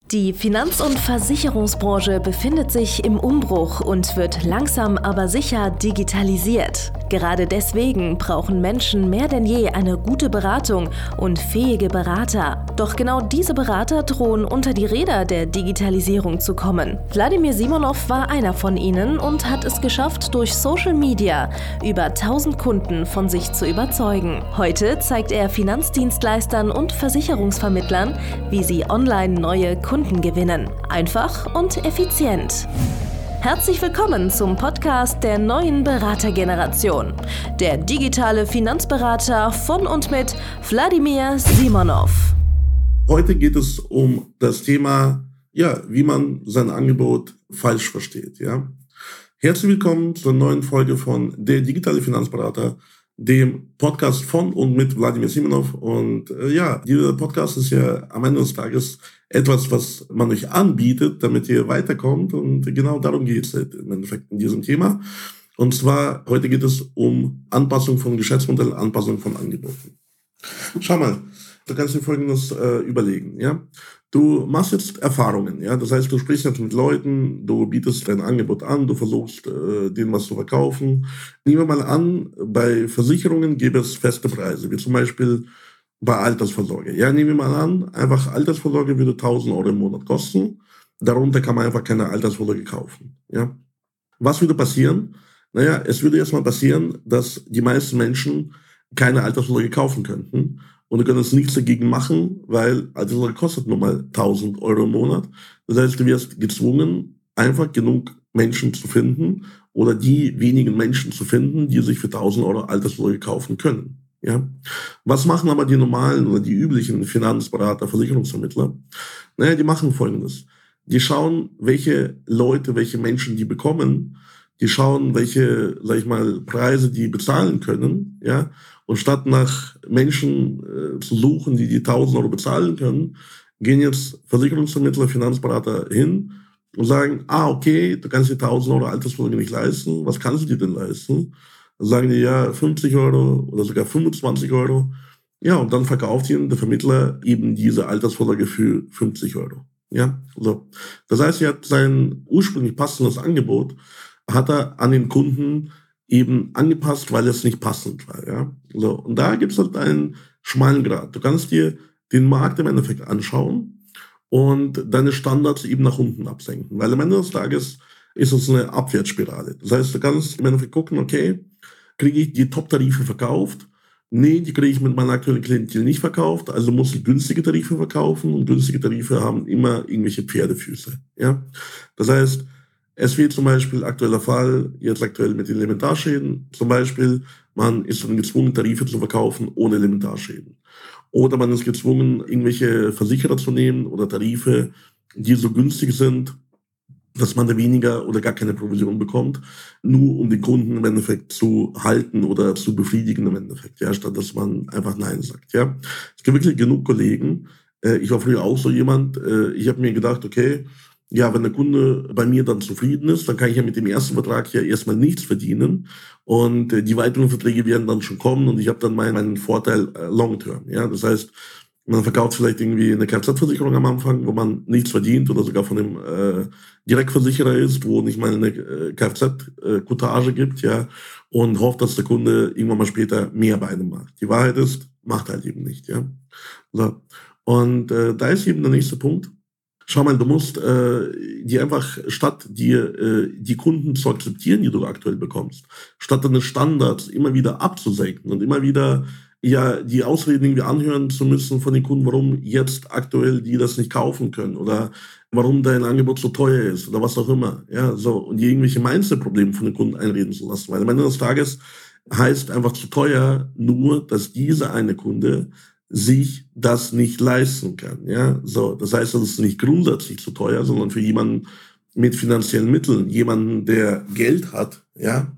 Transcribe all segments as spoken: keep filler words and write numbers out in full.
Die Finanz- und Versicherungsbranche befindet sich im Umbruch und wird langsam aber sicher digitalisiert. Gerade deswegen brauchen Menschen mehr denn je eine gute Beratung und fähige Berater. Doch genau diese Berater drohen unter die Räder der Digitalisierung zu kommen. Wladimir Simonov war einer von ihnen und hat es geschafft, durch Social Media über tausend Kunden von sich zu überzeugen. Heute zeigt er Finanzdienstleistern und Versicherungsvermittlern, wie sie online neue Kunden gewinnen. Einfach und effizient. Herzlich willkommen zum Podcast der neuen Beratergeneration. Der digitale Finanzberater von und mit Wladimir Simonov. Heute geht es um das Thema, ja, wie man sein Angebot falsch versteht. Ja. Herzlich willkommen zur neuen Folge von Der digitale Finanzberater, dem Podcast von und mit Wladimir Simonov. Und äh, ja, dieser Podcast ist ja am Ende des Tages etwas, was man euch anbietet, damit ihr weiterkommt. Und genau darum geht es im Endeffekt in diesem Thema. Und zwar, heute geht es um Anpassung von Geschäftsmodellen, Anpassung von Angeboten. Schau mal, du kannst dir Folgendes äh, überlegen. Ja? Du machst jetzt Erfahrungen. Ja? Das heißt, du sprichst jetzt mit Leuten, du bietest dein Angebot an, du versuchst, äh, denen was zu verkaufen. Nehmen wir mal an, bei Versicherungen gäbe es feste Preise, wie zum Beispiel bei Altersvorsorge. Ja, nehmen wir mal an, einfach Altersvorsorge würde tausend Euro im Monat kosten. Darunter kann man einfach keine Altersvorsorge kaufen. Ja. Was würde passieren? Naja, es würde erstmal passieren, dass die meisten Menschen keine Altersvorsorge kaufen könnten. Und du könntest nichts dagegen machen, weil Altersvorsorge kostet nur mal tausend Euro im Monat. Das heißt, du wirst gezwungen, einfach genug Menschen zu finden oder die wenigen Menschen zu finden, die sich für tausend Euro Altersvorsorge kaufen können. Ja. Was machen aber die normalen oder die üblichen Finanzberater, Versicherungsvermittler? Naja, die machen Folgendes. Die schauen, welche Leute, welche Menschen die bekommen. Die schauen, welche, sag ich mal, Preise die bezahlen können. Ja. Und statt nach Menschen äh, zu suchen, die die tausend Euro bezahlen können, gehen jetzt Versicherungsvermittler, Finanzberater hin und sagen, ah, okay, du kannst dir tausend Euro Altersvorsorge nicht leisten. Was kannst du dir denn leisten? Dann sagen die, ja, fünfzig Euro oder sogar fünfundzwanzig Euro. Ja, und dann verkauft ihnen der Vermittler eben diese Altersvorsorge für fünfzig Euro. Ja, so. Das heißt, er hat sein ursprünglich passendes Angebot, hat er an den Kunden eben angepasst, weil es nicht passend war. Ja, so. Und da gibt es halt einen schmalen Grat. Du kannst dir den Markt im Endeffekt anschauen und deine Standards eben nach unten absenken. Weil am Ende des Tages ist es eine Abwärtsspirale. Das heißt, du kannst im Endeffekt gucken, okay, kriege ich die Top-Tarife verkauft? Nee, die kriege ich mit meiner aktuellen Klientel nicht verkauft, also muss ich günstige Tarife verkaufen und günstige Tarife haben immer irgendwelche Pferdefüße. Ja? Das heißt, es wird zum Beispiel aktueller Fall, jetzt aktuell mit den Elementarschäden, zum Beispiel, man ist dann gezwungen, Tarife zu verkaufen ohne Elementarschäden. Oder man ist gezwungen, irgendwelche Versicherer zu nehmen oder Tarife, die so günstig sind, dass man da weniger oder gar keine Provision bekommt, nur um den Kunden im Endeffekt zu halten oder zu befriedigen im Endeffekt, ja, statt dass man einfach Nein sagt, ja. Es gibt wirklich genug Kollegen, äh, ich war früher auch so jemand, äh, ich habe mir gedacht, okay, ja, wenn der Kunde bei mir dann zufrieden ist, dann kann ich ja mit dem ersten Vertrag ja erstmal nichts verdienen und äh, die weiteren Verträge werden dann schon kommen und ich habe dann meinen, meinen Vorteil äh, long-term, ja, das heißt, man verkauft vielleicht irgendwie eine Kfz-Versicherung am Anfang, wo man nichts verdient oder sogar von dem äh, Direktversicherer ist, wo nicht mal eine äh, Kfz-Cottage gibt, ja, und hofft, dass der Kunde irgendwann mal später mehr bei einem macht. Die Wahrheit ist, macht halt eben nicht, ja. So. Und äh, da ist eben der nächste Punkt. Schau mal, du musst äh, die einfach, statt dir äh, die Kunden zu akzeptieren, die du aktuell bekommst, statt deine Standards immer wieder abzusenken und immer wieder ja die Ausreden irgendwie anhören zu müssen von den Kunden, warum jetzt aktuell die das nicht kaufen können oder warum dein Angebot so teuer ist oder was auch immer. Ja, so. Und die irgendwelche Mindset-Probleme von den Kunden einreden zu lassen. Weil am Ende des Tages heißt einfach zu teuer nur, dass dieser eine Kunde sich das nicht leisten kann. Ja, so. Das heißt, das ist nicht grundsätzlich zu teuer, sondern für jemanden mit finanziellen Mitteln, jemanden, der Geld hat, ja,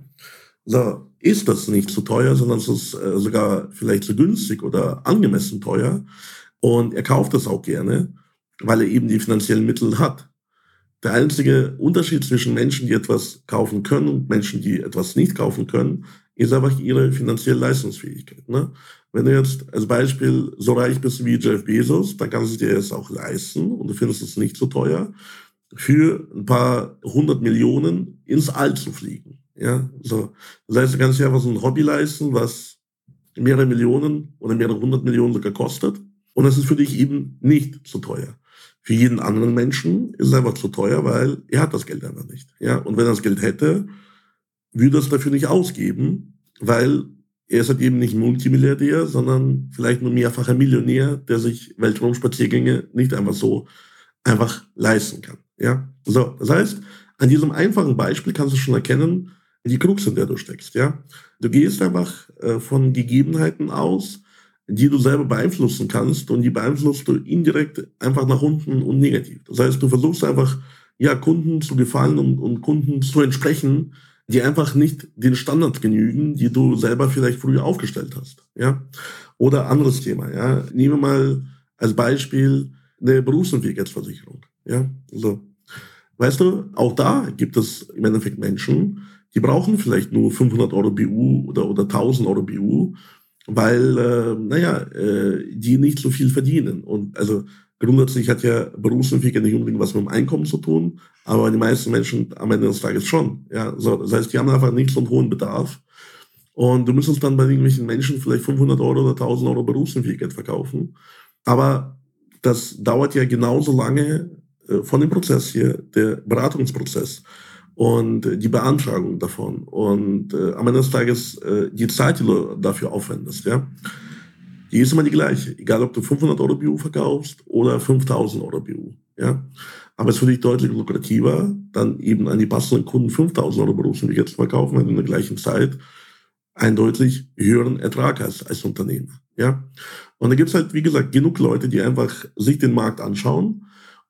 so, ist das nicht zu teuer, sondern es ist äh, sogar vielleicht zu günstig oder angemessen teuer. Und er kauft das auch gerne, weil er eben die finanziellen Mittel hat. Der einzige Unterschied zwischen Menschen, die etwas kaufen können und Menschen, die etwas nicht kaufen können, ist einfach ihre finanzielle Leistungsfähigkeit. Ne? Wenn du jetzt als Beispiel so reich bist wie Jeff Bezos, dann kannst du dir das auch leisten und du findest es nicht so teuer, für ein paar hundert Millionen ins All zu fliegen. Ja, so. Das heißt, du kannst dir einfach so ein Hobby leisten, was mehrere Millionen oder mehrere hundert Millionen sogar kostet. Und das ist für dich eben nicht zu teuer. Für jeden anderen Menschen ist es einfach zu teuer, weil er hat das Geld einfach nicht. Ja, und wenn er das Geld hätte, würde er es dafür nicht ausgeben, weil er ist halt eben nicht Multimilliardär, sondern vielleicht nur mehrfacher Millionär, der sich Weltraumspaziergänge nicht einfach so einfach leisten kann. Ja, so, das heißt, an diesem einfachen Beispiel kannst du schon erkennen, die Krux, in der du steckst. Ja, du gehst einfach äh, von Gegebenheiten aus, die du selber beeinflussen kannst, und die beeinflusst du indirekt einfach nach unten und negativ. Das heißt, du versuchst einfach, ja, Kunden zu gefallen und, und Kunden zu entsprechen, die einfach nicht den Standards genügen, die du selber vielleicht früher aufgestellt hast. Ja, oder anderes Thema. Ja, nehmen wir mal als Beispiel eine Berufsunfähigkeitsversicherung. Ja, so. Weißt du, auch da gibt es im Endeffekt Menschen, die brauchen vielleicht nur fünfhundert Euro B U oder, oder tausend Euro B U, weil, äh, naja, äh, die nicht so viel verdienen. Und also grundsätzlich hat ja Berufsunfähigkeit nicht unbedingt was mit dem Einkommen zu tun, aber die meisten Menschen am Ende des Tages schon. Ja, so, das heißt, die haben einfach nicht so einen hohen Bedarf. Und du müsstest dann bei irgendwelchen Menschen vielleicht fünfhundert Euro oder tausend Euro Berufsunfähigkeit verkaufen. Aber das dauert ja genauso lange äh, von dem Prozess hier, der Beratungsprozess und äh, die Beantragung davon. Und äh, am Ende des Tages äh, die Zeit, die du dafür aufwendest, ja, die ist immer die gleiche. Egal, ob du fünfhundert Euro B U verkaufst oder fünftausend Euro B U. Ja. Aber es ist für dich deutlich lukrativer, dann eben an die passenden Kunden fünftausend Euro Berufsunfähigkeit zu verkaufen, wenn du in der gleichen Zeit einen deutlich höheren Ertrag hast als Unternehmer. Ja. Und da gibt es halt, wie gesagt, genug Leute, die einfach sich den Markt anschauen.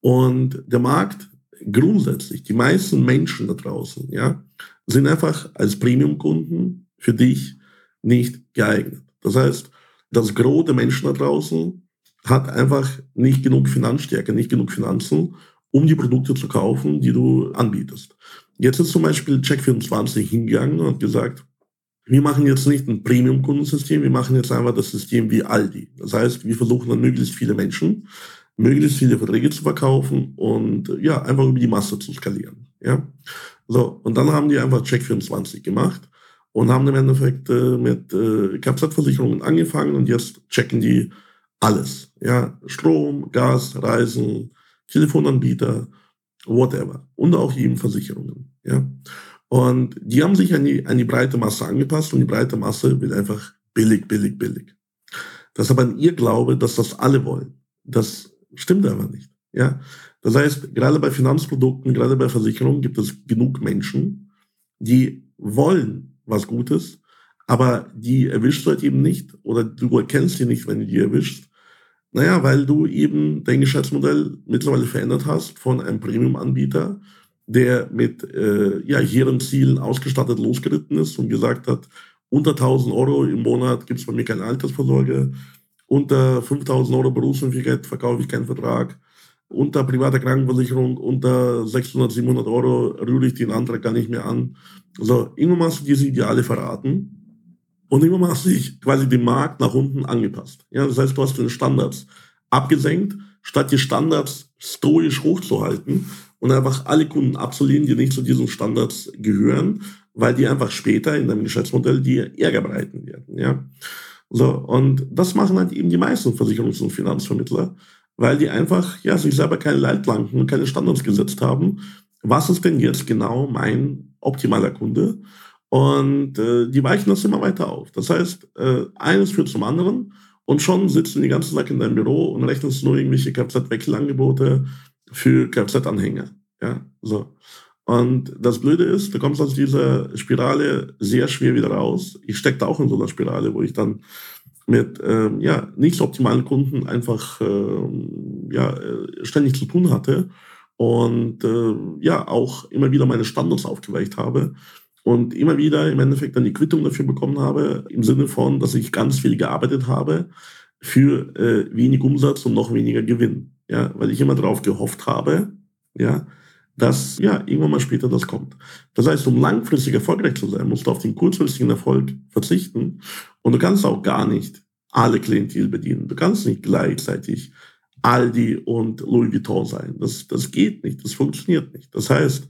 Und der Markt grundsätzlich, die meisten Menschen da draußen, ja, sind einfach als Premium-Kunden für dich nicht geeignet. Das heißt, das Gros der Menschen da draußen hat einfach nicht genug Finanzstärke, nicht genug Finanzen, um die Produkte zu kaufen, die du anbietest. Jetzt ist zum Beispiel Check vierundzwanzig hingegangen und hat gesagt, wir machen jetzt nicht ein Premium-Kundensystem, wir machen jetzt einfach das System wie Aldi. Das heißt, wir versuchen dann möglichst viele Menschen, möglichst viele Verträge zu verkaufen und ja, einfach über die Masse zu skalieren. Ja? So, und dann haben die einfach Check vierundzwanzig gemacht und haben im Endeffekt äh, mit äh, Kfz-Versicherungen angefangen und jetzt checken die alles. Ja? Strom, Gas, Reisen, Telefonanbieter, whatever. Und auch eben Versicherungen. Ja? Und die haben sich an die, an die breite Masse angepasst und die breite Masse will einfach billig, billig, billig. Das ist aber ein Irrglaube, dass das alle wollen. Das stimmt aber nicht. Ja? Das heißt, gerade bei Finanzprodukten, gerade bei Versicherungen gibt es genug Menschen, die wollen was Gutes, aber die erwischst du halt eben nicht oder du erkennst die nicht, wenn du die erwischst. Naja, weil du eben dein Geschäftsmodell mittlerweile verändert hast von einem Premium-Anbieter, der mit äh, ja, hehren Zielen ausgestattet losgeritten ist und gesagt hat, unter tausend Euro im Monat gibt es bei mir keine Altersvorsorge, unter fünftausend Euro Berufsunfähigkeit verkaufe ich keinen Vertrag, unter privater Krankenversicherung, unter sechshundert, siebenhundert Euro rühre ich den Antrag gar nicht mehr an. Also irgendwann hast du diese Ideale verraten und irgendwann hast du dich quasi dem Markt nach unten angepasst. Ja, das heißt, du hast den Standards abgesenkt, statt die Standards stoisch hochzuhalten und einfach alle Kunden abzulehnen, die nicht zu diesen Standards gehören, weil die einfach später in deinem Geschäftsmodell dir Ärger bereiten werden. Ja, so, und das machen halt eben die meisten Versicherungs- und Finanzvermittler, weil die einfach ja sich selber keine Leitplanken und keine Standards gesetzt haben. Was ist denn jetzt genau mein optimaler Kunde? Und äh, die weichen das immer weiter auf. Das heißt, äh, eines führt zum anderen und schon sitzt du den ganzen Tag in deinem Büro und rechnest nur irgendwelche Kfz-Wechselangebote für Kfz-Anhänger. Ja, so. Und das Blöde ist, du kommst aus dieser Spirale sehr schwer wieder raus. Ich stecke da auch in so einer Spirale, wo ich dann mit ähm, ja, nicht so optimalen Kunden einfach ähm, ja, ständig zu tun hatte und äh, ja auch immer wieder meine Standards aufgeweicht habe und immer wieder im Endeffekt dann die Quittung dafür bekommen habe, im Sinne von, dass ich ganz viel gearbeitet habe für äh, wenig Umsatz und noch weniger Gewinn. Ja, weil ich immer darauf gehofft habe, ja, dass ja irgendwann mal später das kommt. Das heißt, um langfristig erfolgreich zu sein, musst du auf den kurzfristigen Erfolg verzichten und du kannst auch gar nicht alle Klientel bedienen. Du kannst nicht gleichzeitig Aldi und Louis Vuitton sein. Das, das geht nicht, das funktioniert nicht. Das heißt,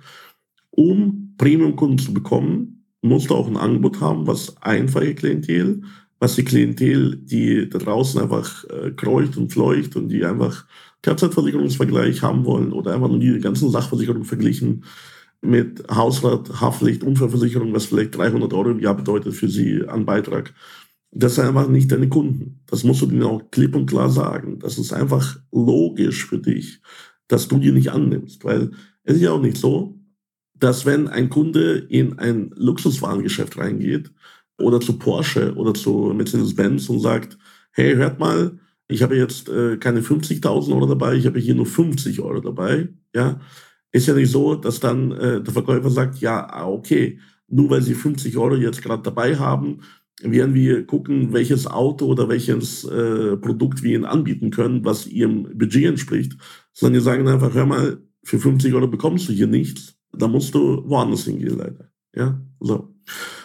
um Premium-Kunden zu bekommen, musst du auch ein Angebot haben, was einfache Klientel, was die Klientel, die da draußen einfach äh, kreucht und fleucht und die einfach Kfz-Versicherungsvergleich haben wollen oder einfach nur die ganzen Sachversicherungen verglichen mit Hausrat, Haftpflicht, Unfallversicherung, was vielleicht dreihundert Euro im Jahr bedeutet für sie an Beitrag. Das sind einfach nicht deine Kunden. Das musst du denen auch klipp und klar sagen. Das ist einfach logisch für dich, dass du die nicht annimmst. Weil es ist ja auch nicht so, dass wenn ein Kunde in ein Luxuswarengeschäft reingeht oder zu Porsche oder zu Mercedes-Benz und sagt, hey, hört mal, ich habe jetzt äh, keine fünfzigtausend Euro dabei, ich habe hier nur fünfzig Euro dabei. Ja, ist ja nicht so, dass dann äh, der Verkäufer sagt, ja, okay, nur weil Sie fünfzig Euro jetzt gerade dabei haben, werden wir gucken, welches Auto oder welches äh, Produkt wir Ihnen anbieten können, was Ihrem Budget entspricht. Sondern wir sagen einfach, hör mal, für fünfzig Euro bekommst du hier nichts, da musst du woanders hingehen, leider. Ja, so.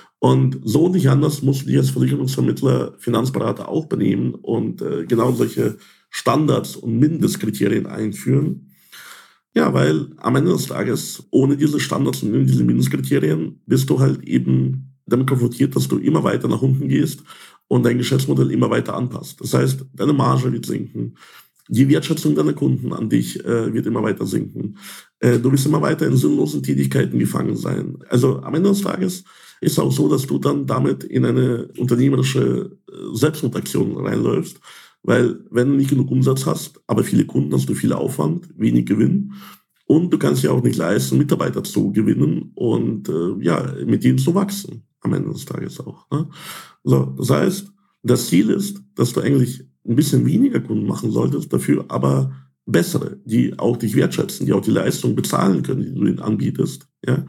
Und so nicht anders musst du dich als Versicherungsvermittler, Finanzberater auch benehmen und äh, genau solche Standards und Mindestkriterien einführen. Ja, weil am Ende des Tages, ohne diese Standards und diese Mindestkriterien, bist du halt eben damit konfrontiert, dass du immer weiter nach unten gehst und dein Geschäftsmodell immer weiter anpasst. Das heißt, deine Marge wird sinken, die Wertschätzung deiner Kunden an dich äh, wird immer weiter sinken. Äh, du wirst immer weiter in sinnlosen Tätigkeiten gefangen sein. Also am Ende des Tages ist auch so, dass du dann damit in eine unternehmerische Selbstmutation reinläufst, weil wenn du nicht genug Umsatz hast, aber viele Kunden, hast du viel Aufwand, wenig Gewinn und du kannst ja auch nicht leisten, Mitarbeiter zu gewinnen und äh, ja, mit denen zu wachsen, am Ende des Tages auch. Ne? So, das heißt, das Ziel ist, dass du eigentlich ein bisschen weniger Kunden machen solltest, dafür aber bessere, die auch dich wertschätzen, die auch die Leistung bezahlen können, die du ihnen anbietest. Ja?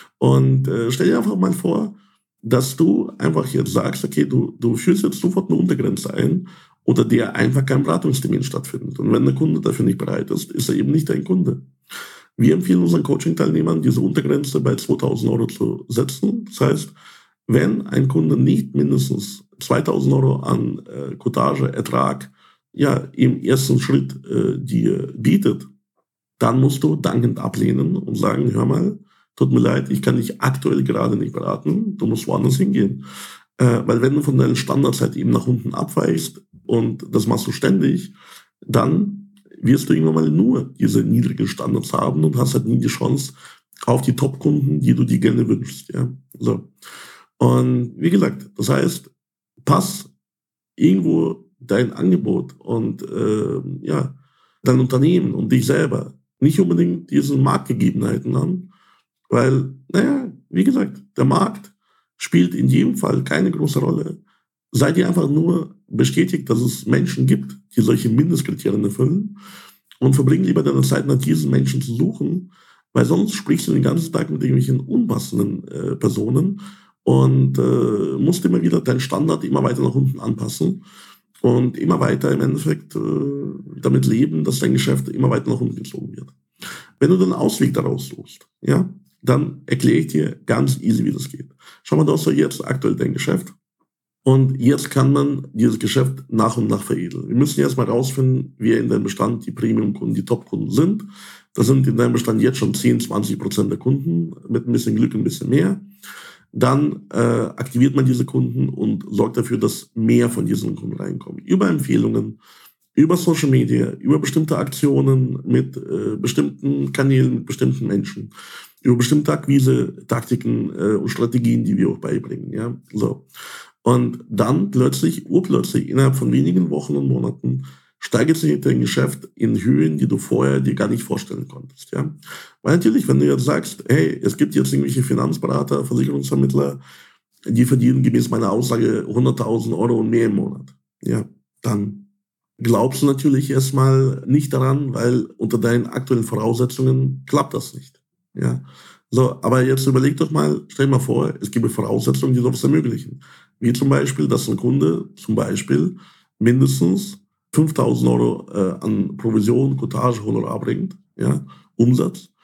Und äh, stell dir einfach mal vor, dass du einfach jetzt sagst, okay, du, du führst jetzt sofort eine Untergrenze ein, unter der einfach kein Beratungstermin stattfindet. Und wenn der Kunde dafür nicht bereit ist, ist er eben nicht dein Kunde. Wir empfehlen unseren Coaching-Teilnehmern, diese Untergrenze bei zweitausend Euro zu setzen. Das heißt, wenn ein Kunde nicht mindestens zweitausend Euro an äh, Cottage, Ertrag, ja, im ersten Schritt äh, dir bietet, dann musst du dankend ablehnen und sagen, hör mal, tut mir leid, ich kann dich aktuell gerade nicht beraten, du musst woanders hingehen. Äh, weil wenn du von deinen Standards halt eben nach unten abweichst und das machst du ständig, dann wirst du irgendwann mal nur diese niedrigen Standards haben und hast halt nie die Chance auf die Top-Kunden, die du dir gerne wünschst. Ja? So. Und wie gesagt, das heißt, pass irgendwo dein Angebot und äh, ja, dein Unternehmen und dich selber nicht unbedingt diesen Marktgegebenheiten an, weil, naja, wie gesagt, der Markt spielt in jedem Fall keine große Rolle. Sei dir einfach nur bestätigt, dass es Menschen gibt, die solche Mindestkriterien erfüllen und verbring lieber deine Zeit, nach diesen Menschen zu suchen, weil sonst sprichst du den ganzen Tag mit irgendwelchen unpassenden äh, Personen und äh, musst immer wieder deinen Standard immer weiter nach unten anpassen und immer weiter im Endeffekt äh, damit leben, dass dein Geschäft immer weiter nach unten gezogen wird. Wenn du den Ausweg daraus suchst, ja, dann erkläre ich dir ganz easy, wie das geht. Schau mal, du hast doch jetzt aktuell dein Geschäft und jetzt kann man dieses Geschäft nach und nach veredeln. Wir müssen erstmal rausfinden, wer in deinem Bestand die Premium-Kunden, die Top-Kunden sind. Das sind in deinem Bestand jetzt schon zehn, zwanzig Prozent der Kunden, mit ein bisschen Glück ein bisschen mehr. Dann äh, aktiviert man diese Kunden und sorgt dafür, dass mehr von diesen Kunden reinkommen. Über Empfehlungen, über Social Media, über bestimmte Aktionen mit äh, bestimmten Kanälen, mit bestimmten Menschen, über bestimmte Akquise-Taktiken äh, und Strategien, die wir auch beibringen. Ja? So. Und dann plötzlich, urplötzlich, innerhalb von wenigen Wochen und Monaten, steigert sich dein Geschäft in Höhen, die du vorher dir gar nicht vorstellen konntest. Ja? Weil natürlich, wenn du jetzt sagst, hey, es gibt jetzt irgendwelche Finanzberater, Versicherungsvermittler, die verdienen gemäß meiner Aussage hunderttausend Euro und mehr im Monat. Ja, dann glaubst du natürlich erstmal nicht daran, weil unter deinen aktuellen Voraussetzungen klappt das nicht. Ja, so, aber jetzt überleg doch mal, stell dir mal vor, es gibt Voraussetzungen, die sowas ermöglichen. Wie zum Beispiel, dass ein Kunde zum Beispiel mindestens fünftausend Euro äh, an Provision, Cottage, Honorar bringt, ja, Umsatz.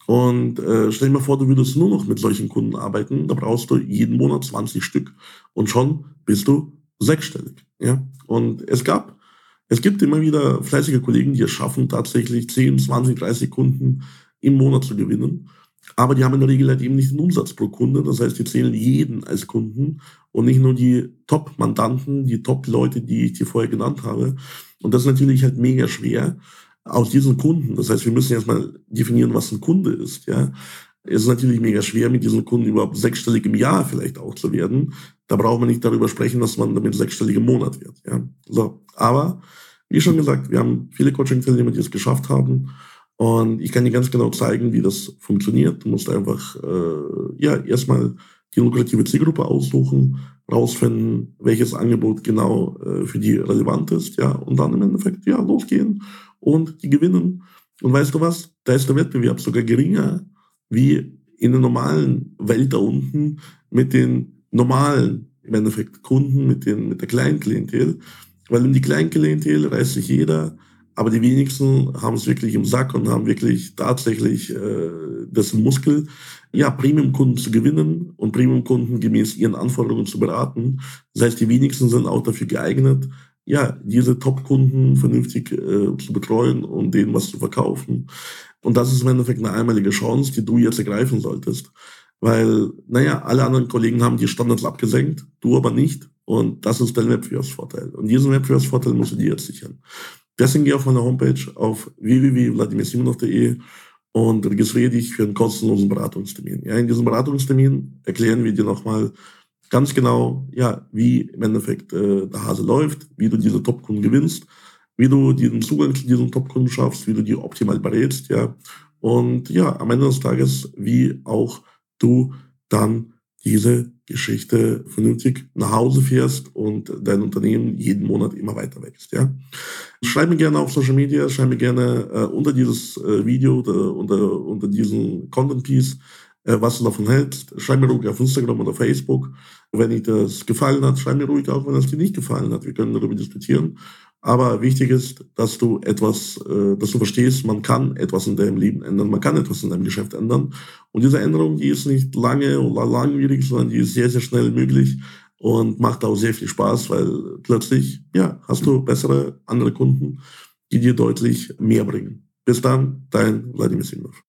Und äh, stell dir mal vor, du würdest nur noch mit solchen Kunden arbeiten, da brauchst du jeden Monat zwanzig Stück und schon bist du sechsstellig. Ja? Und es gab, es gibt immer wieder fleißige Kollegen, die es schaffen, tatsächlich zehn, zwanzig, dreißig Kunden im Monat zu gewinnen. Aber die haben in der Regel halt eben nicht den Umsatz pro Kunde. Das heißt, die zählen jeden als Kunden und nicht nur die Top-Mandanten, die Top-Leute, die ich dir vorher genannt habe. Und das ist natürlich halt mega schwer aus diesen Kunden. Das heißt, wir müssen erstmal definieren, was ein Kunde ist. Ja, es ist natürlich mega schwer, mit diesen Kunden überhaupt sechsstellig im Jahr vielleicht auch zu werden. Da braucht man nicht darüber sprechen, dass man damit sechsstellig im Monat wird. Ja, so. Aber wie schon gesagt, wir haben viele Coaching-Teilnehmer, die es geschafft haben. Und ich kann dir ganz genau zeigen, wie das funktioniert. Du musst einfach äh, ja erstmal die lukrative Zielgruppe aussuchen, rausfinden, welches Angebot genau äh, für die relevant ist, ja, und dann im Endeffekt ja losgehen und die gewinnen. Und weißt du was? Da ist der Wettbewerb sogar geringer wie in der normalen Welt da unten mit den normalen, im Endeffekt Kunden, mit den mit der kleinen Klientel, weil um die kleinen Klientel reißt sich jeder. Aber die wenigsten haben es wirklich im Sack und haben wirklich tatsächlich äh, das Muskel, ja, Premium-Kunden zu gewinnen und Premium-Kunden gemäß ihren Anforderungen zu beraten. Das heißt, die wenigsten sind auch dafür geeignet, ja, diese Top-Kunden vernünftig äh, zu betreuen und denen was zu verkaufen. Und das ist im Endeffekt eine einmalige Chance, die du jetzt ergreifen solltest. Weil, naja, alle anderen Kollegen haben die Standards abgesenkt, du aber nicht. Und das ist dein Wettbewerbsvorteil. Und diesen Wettbewerbsvorteil musst du dir jetzt sichern. Deswegen geh auf meine Homepage auf w w w punkt wladimir simonov punkt d e und registriere dich für einen kostenlosen Beratungstermin. Ja, in diesem Beratungstermin erklären wir dir nochmal ganz genau, ja, wie im Endeffekt äh, der Hase läuft, wie du diese Top-Kunden gewinnst, wie du den Zugang zu diesen Top-Kunden schaffst, wie du die optimal berätst, ja. Und ja, am Ende des Tages, wie auch du dann diese Geschichte vernünftig nach Hause fährst und dein Unternehmen jeden Monat immer weiter wächst. Ja? Schreib mir gerne auf Social Media, schreib mir gerne äh, unter dieses äh, Video, oder unter, unter diesen Content Piece, äh, was du davon hältst. Schreib mir ruhig auf Instagram oder Facebook. Wenn dir das gefallen hat, schreib mir ruhig auch, wenn es dir nicht gefallen hat. Wir können darüber diskutieren. Aber wichtig ist, dass du etwas, äh, dass du verstehst, man kann etwas in deinem Leben ändern, man kann etwas in deinem Geschäft ändern. Und diese Änderung, die ist nicht lange oder langwierig, sondern die ist sehr, sehr schnell möglich und macht auch sehr viel Spaß, weil plötzlich, ja, hast du bessere andere Kunden, die dir deutlich mehr bringen. Bis dann, dein Wladimir Simonov.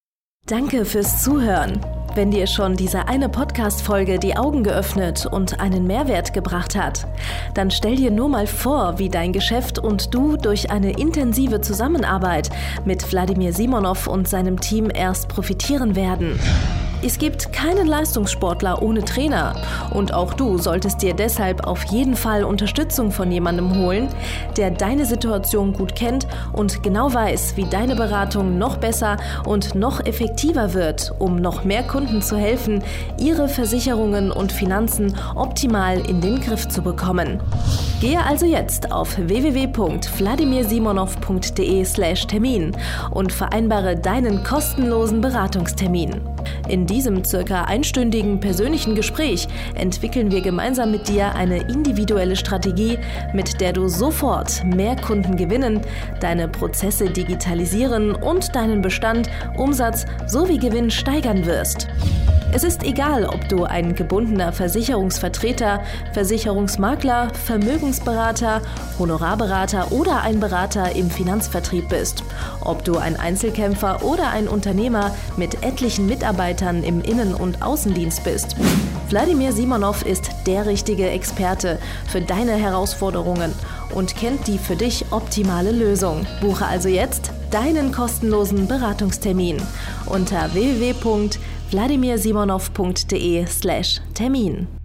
Danke fürs Zuhören. Wenn dir schon diese eine Podcast-Folge die Augen geöffnet und einen Mehrwert gebracht hat, dann stell dir nur mal vor, wie dein Geschäft und du durch eine intensive Zusammenarbeit mit Wladimir Simonov und seinem Team erst profitieren werden. Es gibt keinen Leistungssportler ohne Trainer und auch du solltest dir deshalb auf jeden Fall Unterstützung von jemandem holen, der deine Situation gut kennt und genau weiß, wie deine Beratung noch besser und noch effektiver wird, um noch mehr Kunden zu helfen, ihre Versicherungen und Finanzen optimal in den Griff zu bekommen. Gehe also jetzt auf w w w punkt wladimir simonov punkt d e slash Termin und vereinbare deinen kostenlosen Beratungstermin. In diesem circa einstündigen persönlichen Gespräch entwickeln wir gemeinsam mit dir eine individuelle Strategie, mit der du sofort mehr Kunden gewinnen, deine Prozesse digitalisieren und deinen Bestand, Umsatz sowie Gewinn steigern wirst. Es ist egal, ob du ein gebundener Versicherungsvertreter, Versicherungsmakler, Vermögensberater, Honorarberater oder ein Berater im Finanzvertrieb bist. Ob du ein Einzelkämpfer oder ein Unternehmer mit etlichen Mitarbeitern im Innen- und Außendienst bist. Wladimir Simonov ist der richtige Experte für deine Herausforderungen und kennt die für dich optimale Lösung. Buche also jetzt deinen kostenlosen Beratungstermin unter w w w punkt wladimir simonov punkt d e slash Termin.